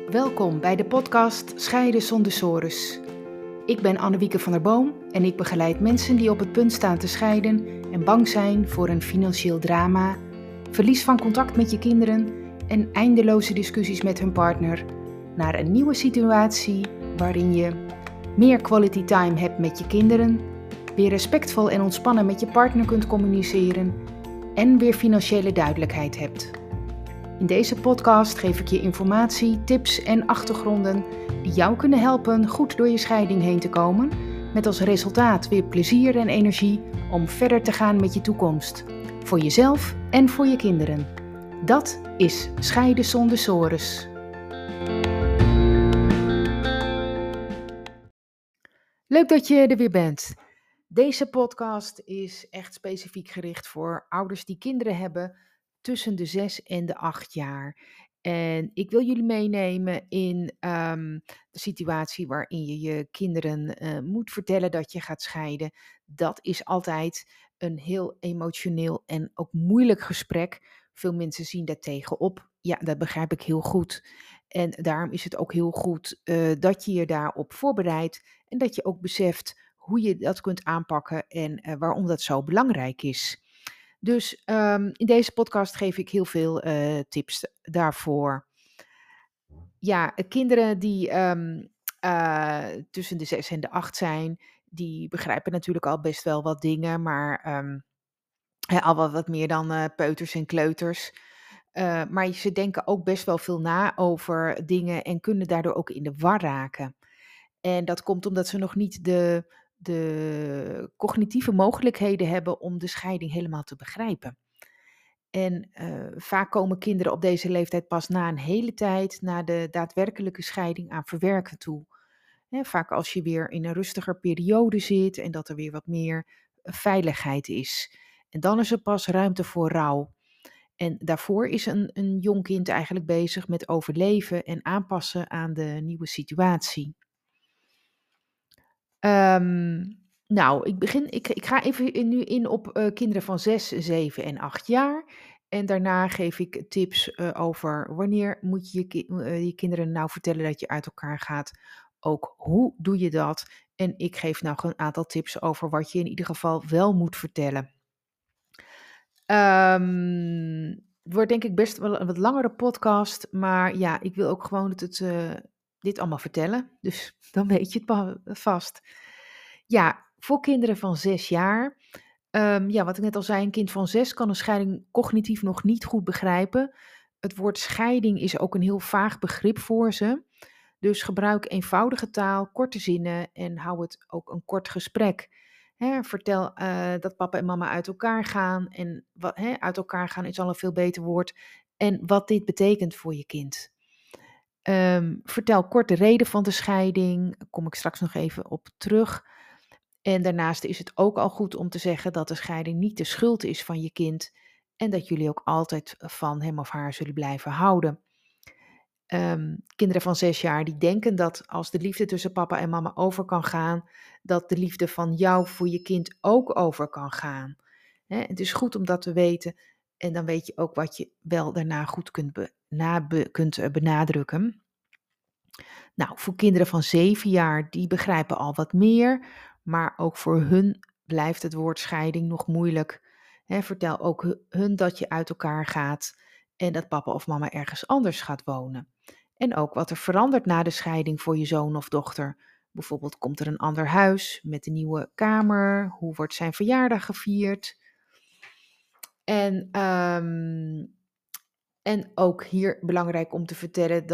Welkom bij de podcast Scheiden zonder sores. Ik ben Annewieke van der Boom en ik begeleid mensen die op het punt staan te scheiden en bang zijn voor een financieel drama, verlies van contact met je kinderen en eindeloze discussies met hun partner naar een nieuwe situatie waarin je meer quality time hebt met je kinderen, weer respectvol en ontspannen met je partner kunt communiceren en weer financiële duidelijkheid hebt. In deze podcast geef ik je informatie, tips en achtergronden die jou kunnen helpen goed door je scheiding heen te komen, met als resultaat weer plezier en energie om verder te gaan met je toekomst. Voor jezelf en voor je kinderen. Dat is Scheiden zonder sores. Leuk dat je er weer bent. Deze podcast is echt specifiek gericht voor ouders die kinderen hebben tussen de 6 en de 8 jaar. En ik wil jullie meenemen in de situatie waarin je je kinderen moet vertellen dat je gaat scheiden. Dat is altijd een heel emotioneel en ook moeilijk gesprek. Veel mensen zien daar tegenop. Ja, dat begrijp ik heel goed. En daarom is het ook heel goed dat je je daarop voorbereidt en dat je ook beseft hoe je dat kunt aanpakken en waarom dat zo belangrijk is. Dus in deze podcast geef ik heel veel tips daarvoor. Ja, kinderen die tussen de 6 en de 8 zijn, die begrijpen natuurlijk al best wel wat dingen, maar al wat meer dan peuters en kleuters. Maar ze denken ook best wel veel na over dingen en kunnen daardoor ook in de war raken. En dat komt omdat ze nog niet de cognitieve mogelijkheden hebben om de scheiding helemaal te begrijpen. En vaak komen kinderen op deze leeftijd pas na een hele tijd na de daadwerkelijke scheiding aan verwerken toe. Hè, vaak als je weer in een rustiger periode zit en dat er weer wat meer veiligheid is. En dan is er pas ruimte voor rouw. En daarvoor is een jong kind eigenlijk bezig met overleven en aanpassen aan de nieuwe situatie. Ehm, nou, ik ga even nu in op kinderen van 6, 7 en 8 jaar. En daarna geef ik tips over wanneer moet je je kinderen nou vertellen dat je uit elkaar gaat. Ook hoe doe je dat? En ik geef nog een aantal tips over wat je in ieder geval wel moet vertellen. Het wordt denk ik best wel een wat langere podcast, maar ja, ik wil ook gewoon dit allemaal vertellen. Dus dan weet je het vast. Ja, voor kinderen van 6 jaar. Ja, wat ik net al zei, een kind van 6 kan een scheiding cognitief nog niet goed begrijpen. Het woord scheiding is ook een heel vaag begrip voor ze. Dus gebruik eenvoudige taal, korte zinnen en hou het ook een kort gesprek. Hè, vertel dat papa en mama uit elkaar gaan. En uit elkaar gaan is al een veel beter woord. En wat dit betekent voor je kind. Vertel kort de reden van de scheiding. Daar kom ik straks nog even op terug. En daarnaast is het ook al goed om te zeggen dat de scheiding niet de schuld is van je kind. En dat jullie ook altijd van hem of haar zullen blijven houden. Kinderen van 6 jaar die denken dat als de liefde tussen papa en mama over kan gaan, dat de liefde van jou voor je kind ook over kan gaan. Hè, het is goed om dat te weten en dan weet je ook wat je wel daarna goed kunt benadrukken. Nou, voor kinderen van 7 jaar, die begrijpen al wat meer, maar ook voor hun blijft het woord scheiding nog moeilijk. Hè, vertel ook hun dat je uit elkaar gaat en dat papa of mama ergens anders gaat wonen. En ook wat er verandert na de scheiding voor je zoon of dochter. Bijvoorbeeld komt er een ander huis met een nieuwe kamer, hoe wordt zijn verjaardag gevierd? En, en ook hier belangrijk om te vertellen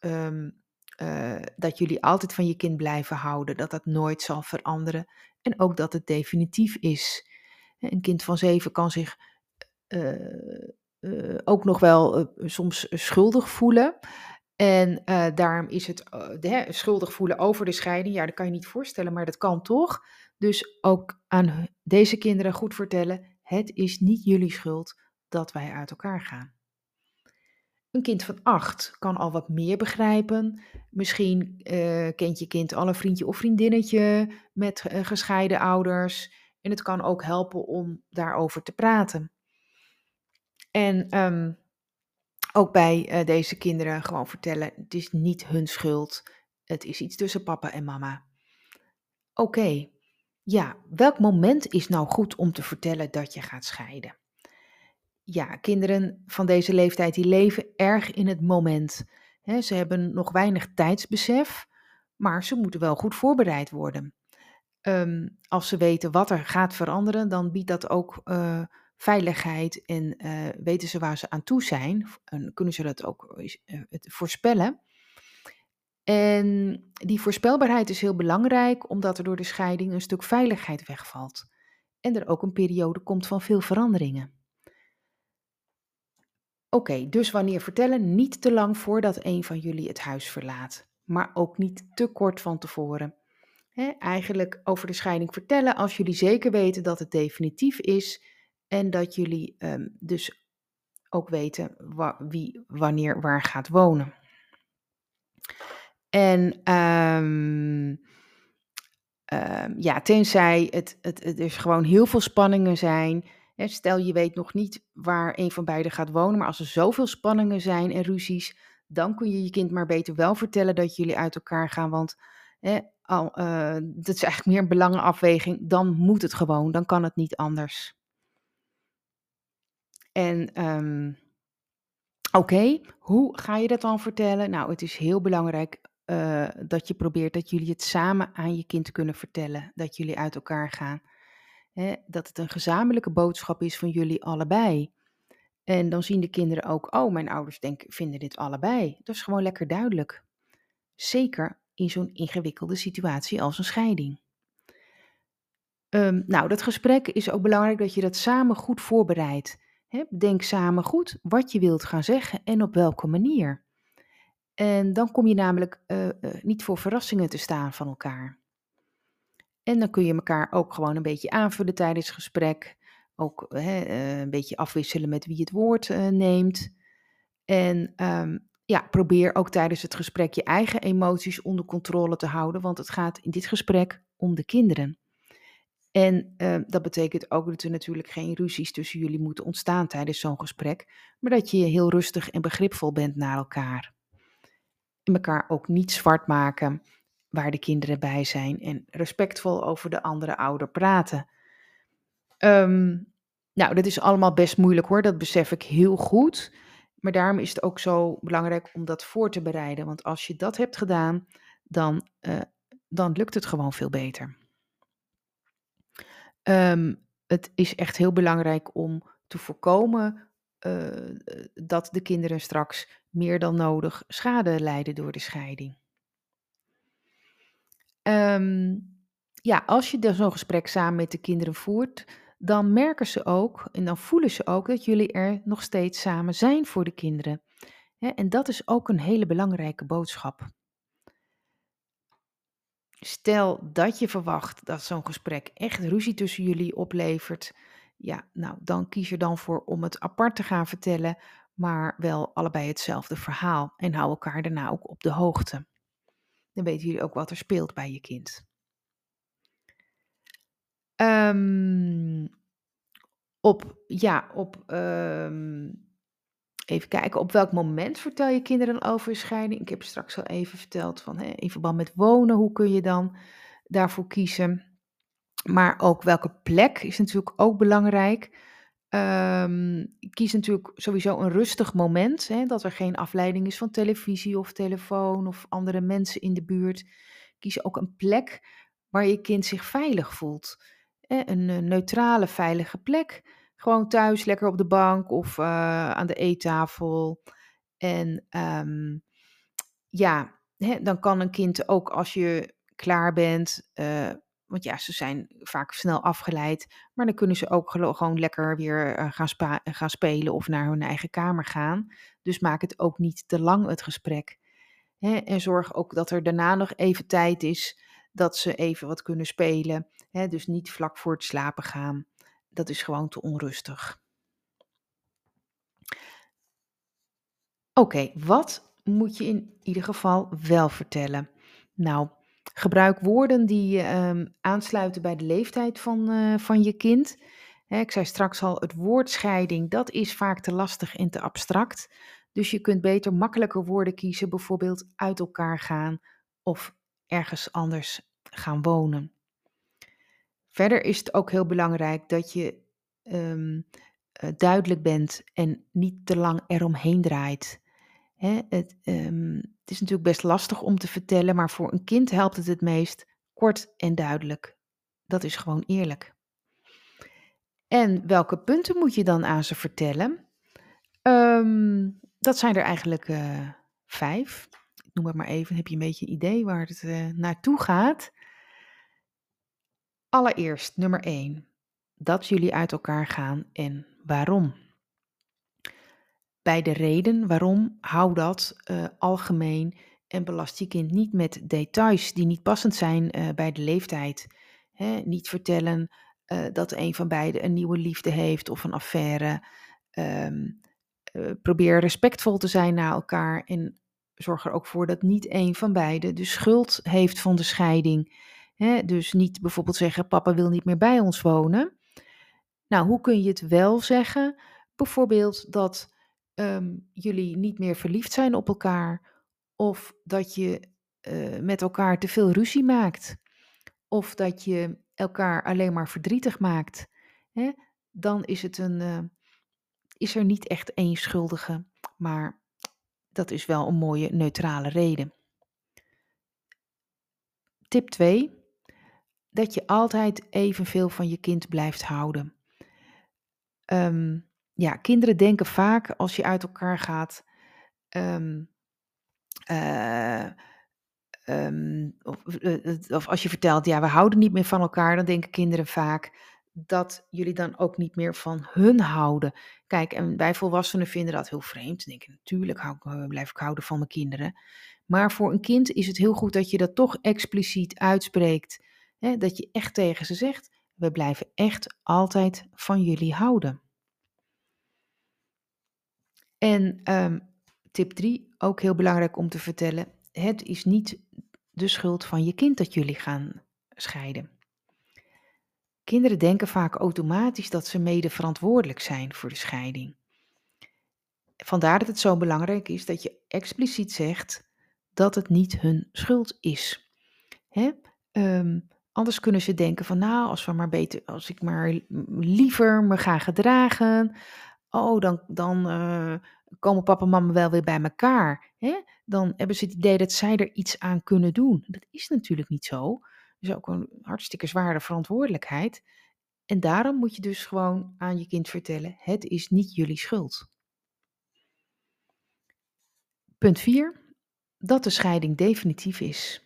dat jullie altijd van je kind blijven houden, dat dat nooit zal veranderen en ook dat het definitief is. Een kind van 7 kan zich eh, ook nog wel soms schuldig voelen. En daarom is het schuldig voelen over de scheiding. Ja, dat kan je niet voorstellen, maar dat kan toch. Dus ook aan deze kinderen goed vertellen: het is niet jullie schuld dat wij uit elkaar gaan. Een kind van 8 kan al wat meer begrijpen. Misschien kent je kind al een vriendje of vriendinnetje met gescheiden ouders. En het kan ook helpen om daarover te praten. En Ook bij deze kinderen gewoon vertellen: het is niet hun schuld. Het is iets tussen papa en mama. Oké, ja, welk moment is nou goed om te vertellen dat je gaat scheiden? Ja, kinderen van deze leeftijd die leven erg in het moment. Hè, ze hebben nog weinig tijdsbesef, maar ze moeten wel goed voorbereid worden. Als ze weten wat er gaat veranderen, dan biedt dat ook veiligheid en weten ze waar ze aan toe zijn. En kunnen ze dat ook het voorspellen. En die voorspelbaarheid is heel belangrijk, omdat er door de scheiding een stuk veiligheid wegvalt. En er ook een periode komt van veel veranderingen. Oké, dus wanneer vertellen? Niet te lang voordat een van jullie het huis verlaat, maar ook niet te kort van tevoren. Eigenlijk over de scheiding vertellen als jullie zeker weten dat het definitief is en dat jullie dus ook weten wie wanneer waar gaat wonen. En ja, tenzij het dus gewoon heel veel spanningen zijn. Hè, stel je weet nog niet waar een van beiden gaat wonen, maar als er zoveel spanningen zijn en ruzies, dan kun je je kind maar beter wel vertellen dat jullie uit elkaar gaan. Want dat is eigenlijk meer een belangenafweging. Dan moet het gewoon, dan kan het niet anders. En oké, hoe ga je dat dan vertellen? Nou, het is heel belangrijk dat je probeert dat jullie het samen aan je kind kunnen vertellen. Dat jullie uit elkaar gaan. Hè, dat het een gezamenlijke boodschap is van jullie allebei. En dan zien de kinderen ook, oh, mijn ouders vinden dit allebei. Dat is gewoon lekker duidelijk. Zeker in zo'n ingewikkelde situatie als een scheiding. Nou, dat gesprek is ook belangrijk dat je dat samen goed voorbereidt. Hè, bedenk samen goed wat je wilt gaan zeggen en op welke manier. En dan kom je namelijk niet voor verrassingen te staan van elkaar. En dan kun je elkaar ook gewoon een beetje aanvullen tijdens het gesprek. Ook een beetje afwisselen met wie het woord neemt. En ja, probeer ook tijdens het gesprek je eigen emoties onder controle te houden, want het gaat in dit gesprek om de kinderen. En dat betekent ook dat er natuurlijk geen ruzies tussen jullie moeten ontstaan tijdens zo'n gesprek, maar dat je heel rustig en begripvol bent naar elkaar. En elkaar ook niet zwart maken waar de kinderen bij zijn en respectvol over de andere ouder praten. Nou, dat is allemaal best moeilijk hoor, dat besef ik heel goed. Maar daarom is het ook zo belangrijk om dat voor te bereiden. Want als je dat hebt gedaan, dan lukt het gewoon veel beter. Het is echt heel belangrijk om te voorkomen dat de kinderen straks meer dan nodig schade lijden door de scheiding. Ja, als je dus zo'n gesprek samen met de kinderen voert, dan merken ze ook en dan voelen ze ook dat jullie er nog steeds samen zijn voor de kinderen. Hè, en dat is ook een hele belangrijke boodschap. Stel dat je verwacht dat zo'n gesprek echt ruzie tussen jullie oplevert, ja, nou, dan kies er dan voor om het apart te gaan vertellen, maar wel allebei hetzelfde verhaal en hou elkaar daarna ook op de hoogte. Dan weten jullie ook wat er speelt bij je kind. Ehm, even kijken, op welk moment vertel je kinderen over een scheiding? Ik heb straks al even verteld van in verband met wonen, hoe kun je dan daarvoor kiezen? Maar ook welke plek is natuurlijk ook belangrijk. Kies natuurlijk sowieso een rustig moment, hè, dat er geen afleiding is van televisie of telefoon of andere mensen in de buurt. Kies ook een plek waar je kind zich veilig voelt. Een neutrale, veilige plek. Gewoon thuis, lekker op de bank of aan de eettafel. En ja, dan kan een kind ook als je klaar bent, want ja, ze zijn vaak snel afgeleid, maar dan kunnen ze ook gewoon lekker weer gaan spelen of naar hun eigen kamer gaan. Dus maak het ook niet te lang het gesprek. En zorg ook dat er daarna nog even tijd is dat ze even wat kunnen spelen. Dus niet vlak voor het slapen gaan. Dat is gewoon te onrustig. Oké, wat moet je in ieder geval wel vertellen? Nou, gebruik woorden die aansluiten bij de leeftijd van je kind. Ik zei straks al, het woord scheiding, dat is vaak te lastig en te abstract. Dus je kunt beter makkelijker woorden kiezen, bijvoorbeeld uit elkaar gaan of ergens anders gaan wonen. Verder is het ook heel belangrijk dat je ehm, duidelijk bent en niet te lang eromheen draait. Hè, het is natuurlijk best lastig om te vertellen, maar voor een kind helpt het meest kort en duidelijk. Dat is gewoon eerlijk. En welke punten moet je dan aan ze vertellen? Dat zijn er eigenlijk 5. Ik noem het maar even, dan heb je een beetje een idee waar het naartoe gaat. Allereerst, nummer 1, dat jullie uit elkaar gaan en waarom. Bij de reden waarom, hou dat algemeen en belast je kind niet met details die niet passend zijn bij de leeftijd. Hè, niet vertellen dat een van beiden een nieuwe liefde heeft of een affaire. Ehm, Probeer respectvol te zijn naar elkaar en zorg er ook voor dat niet een van beiden de schuld heeft van de scheiding. Hè, dus niet bijvoorbeeld zeggen: papa wil niet meer bij ons wonen. Nou, hoe kun je het wel zeggen? Bijvoorbeeld dat jullie niet meer verliefd zijn op elkaar, of dat je met elkaar te veel ruzie maakt, of dat je elkaar alleen maar verdrietig maakt. Hè? Dan is er niet echt één schuldige, maar dat is wel een mooie neutrale reden. Tip 2: dat je altijd evenveel van je kind blijft houden. Ja, kinderen denken vaak als je uit elkaar gaat, ehm, eh, of als je vertelt, ja, we houden niet meer van elkaar, dan denken kinderen vaak dat jullie dan ook niet meer van hun houden. Kijk, en wij volwassenen vinden dat heel vreemd. Denken, natuurlijk blijf ik houden van mijn kinderen. Maar voor een kind is het heel goed dat je dat toch expliciet uitspreekt. Hè, dat je echt tegen ze zegt, we blijven echt altijd van jullie houden. En tip 3, ook heel belangrijk om te vertellen: het is niet de schuld van je kind dat jullie gaan scheiden. Kinderen denken vaak automatisch dat ze mede verantwoordelijk zijn voor de scheiding. Vandaar dat het zo belangrijk is dat je expliciet zegt dat het niet hun schuld is. Hè? Anders kunnen ze denken van, nou, als ik maar liever me ga gedragen, oh, dan komen papa en mama wel weer bij elkaar. Hè? Dan hebben ze het idee dat zij er iets aan kunnen doen. Dat is natuurlijk niet zo. Dat is ook een hartstikke zware verantwoordelijkheid. En daarom moet je dus gewoon aan je kind vertellen: het is niet jullie schuld. Punt 4, dat de scheiding definitief is.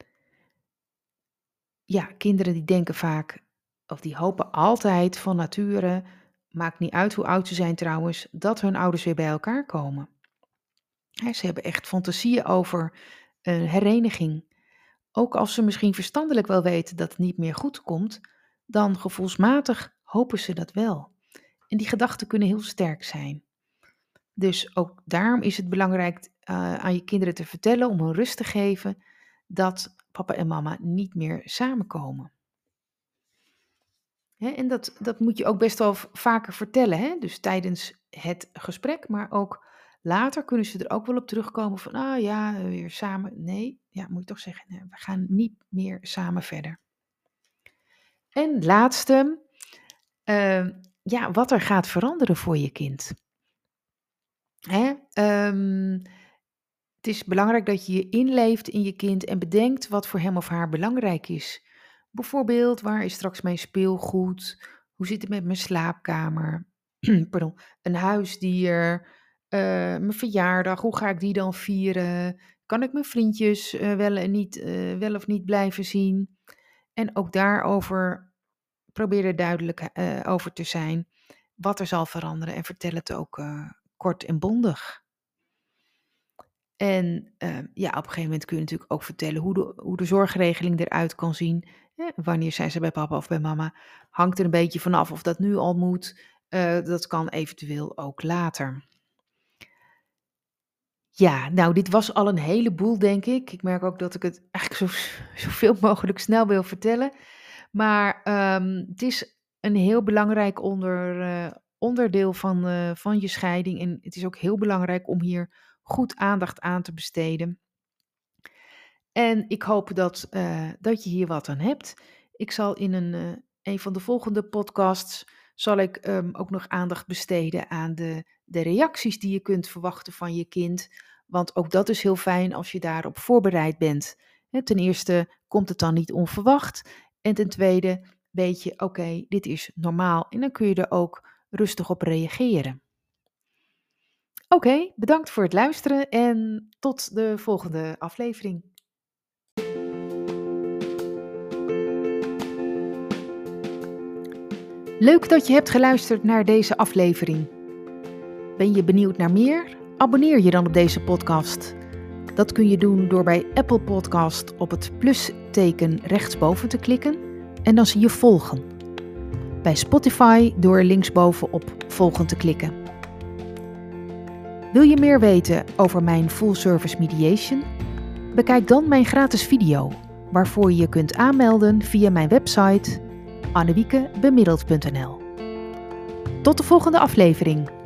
Ja, kinderen die denken vaak, of die hopen altijd van nature, maakt niet uit hoe oud ze zijn trouwens, dat hun ouders weer bij elkaar komen. Hè, ze hebben echt fantasieën over een hereniging. Ook als ze misschien verstandelijk wel weten dat het niet meer goed komt, dan gevoelsmatig hopen ze dat wel. En die gedachten kunnen heel sterk zijn. Dus ook daarom is het belangrijk aan je kinderen te vertellen, om hun rust te geven, dat papa en mama niet meer samenkomen. Hè, en dat moet je ook best wel vaker vertellen. Hè? Dus tijdens het gesprek, maar ook later kunnen ze er ook wel op terugkomen van, ah ja, weer samen. Nee, ja, moet je toch zeggen, nee, we gaan niet meer samen verder. En laatste, ja, wat er gaat veranderen voor je kind. Hè? Het is belangrijk dat je je inleeft in je kind en bedenkt wat voor hem of haar belangrijk is. Bijvoorbeeld, waar is straks mijn speelgoed? Hoe zit het met mijn slaapkamer? Pardon, een huisdier, mijn verjaardag, hoe ga ik die dan vieren? Kan ik mijn vriendjes wel of niet blijven zien? En ook daarover probeer er duidelijk over te zijn wat er zal veranderen en vertel het ook kort en bondig. En ja, op een gegeven moment kun je natuurlijk ook vertellen hoe de zorgregeling eruit kan zien. Hè? Wanneer zijn ze bij papa of bij mama? Hangt er een beetje vanaf of dat nu al moet. Dat kan eventueel ook later. Ja, nou, dit was al een heleboel, denk ik. Ik merk ook dat ik het eigenlijk zoveel mogelijk snel wil vertellen. Maar het is een heel belangrijk onderdeel van je scheiding. En het is ook heel belangrijk om hier goed aandacht aan te besteden. En ik hoop dat je hier wat aan hebt. Ik zal in een van de volgende podcasts zal ik ook nog aandacht besteden aan de reacties die je kunt verwachten van je kind. Want ook dat is heel fijn als je daarop voorbereid bent. Ten eerste komt het dan niet onverwacht. En ten tweede weet je, oké, dit is normaal. En dan kun je er ook rustig op reageren. Oké, bedankt voor het luisteren en tot de volgende aflevering. Leuk dat je hebt geluisterd naar deze aflevering. Ben je benieuwd naar meer? Abonneer je dan op deze podcast. Dat kun je doen door bij Apple Podcast op het plusteken rechtsboven te klikken en dan zie je volgen. Bij Spotify door linksboven op volgen te klikken. Wil je meer weten over mijn Full Service Mediation? Bekijk dan mijn gratis video, waarvoor je je kunt aanmelden via mijn website annewiekebemiddeld.nl. Tot de volgende aflevering.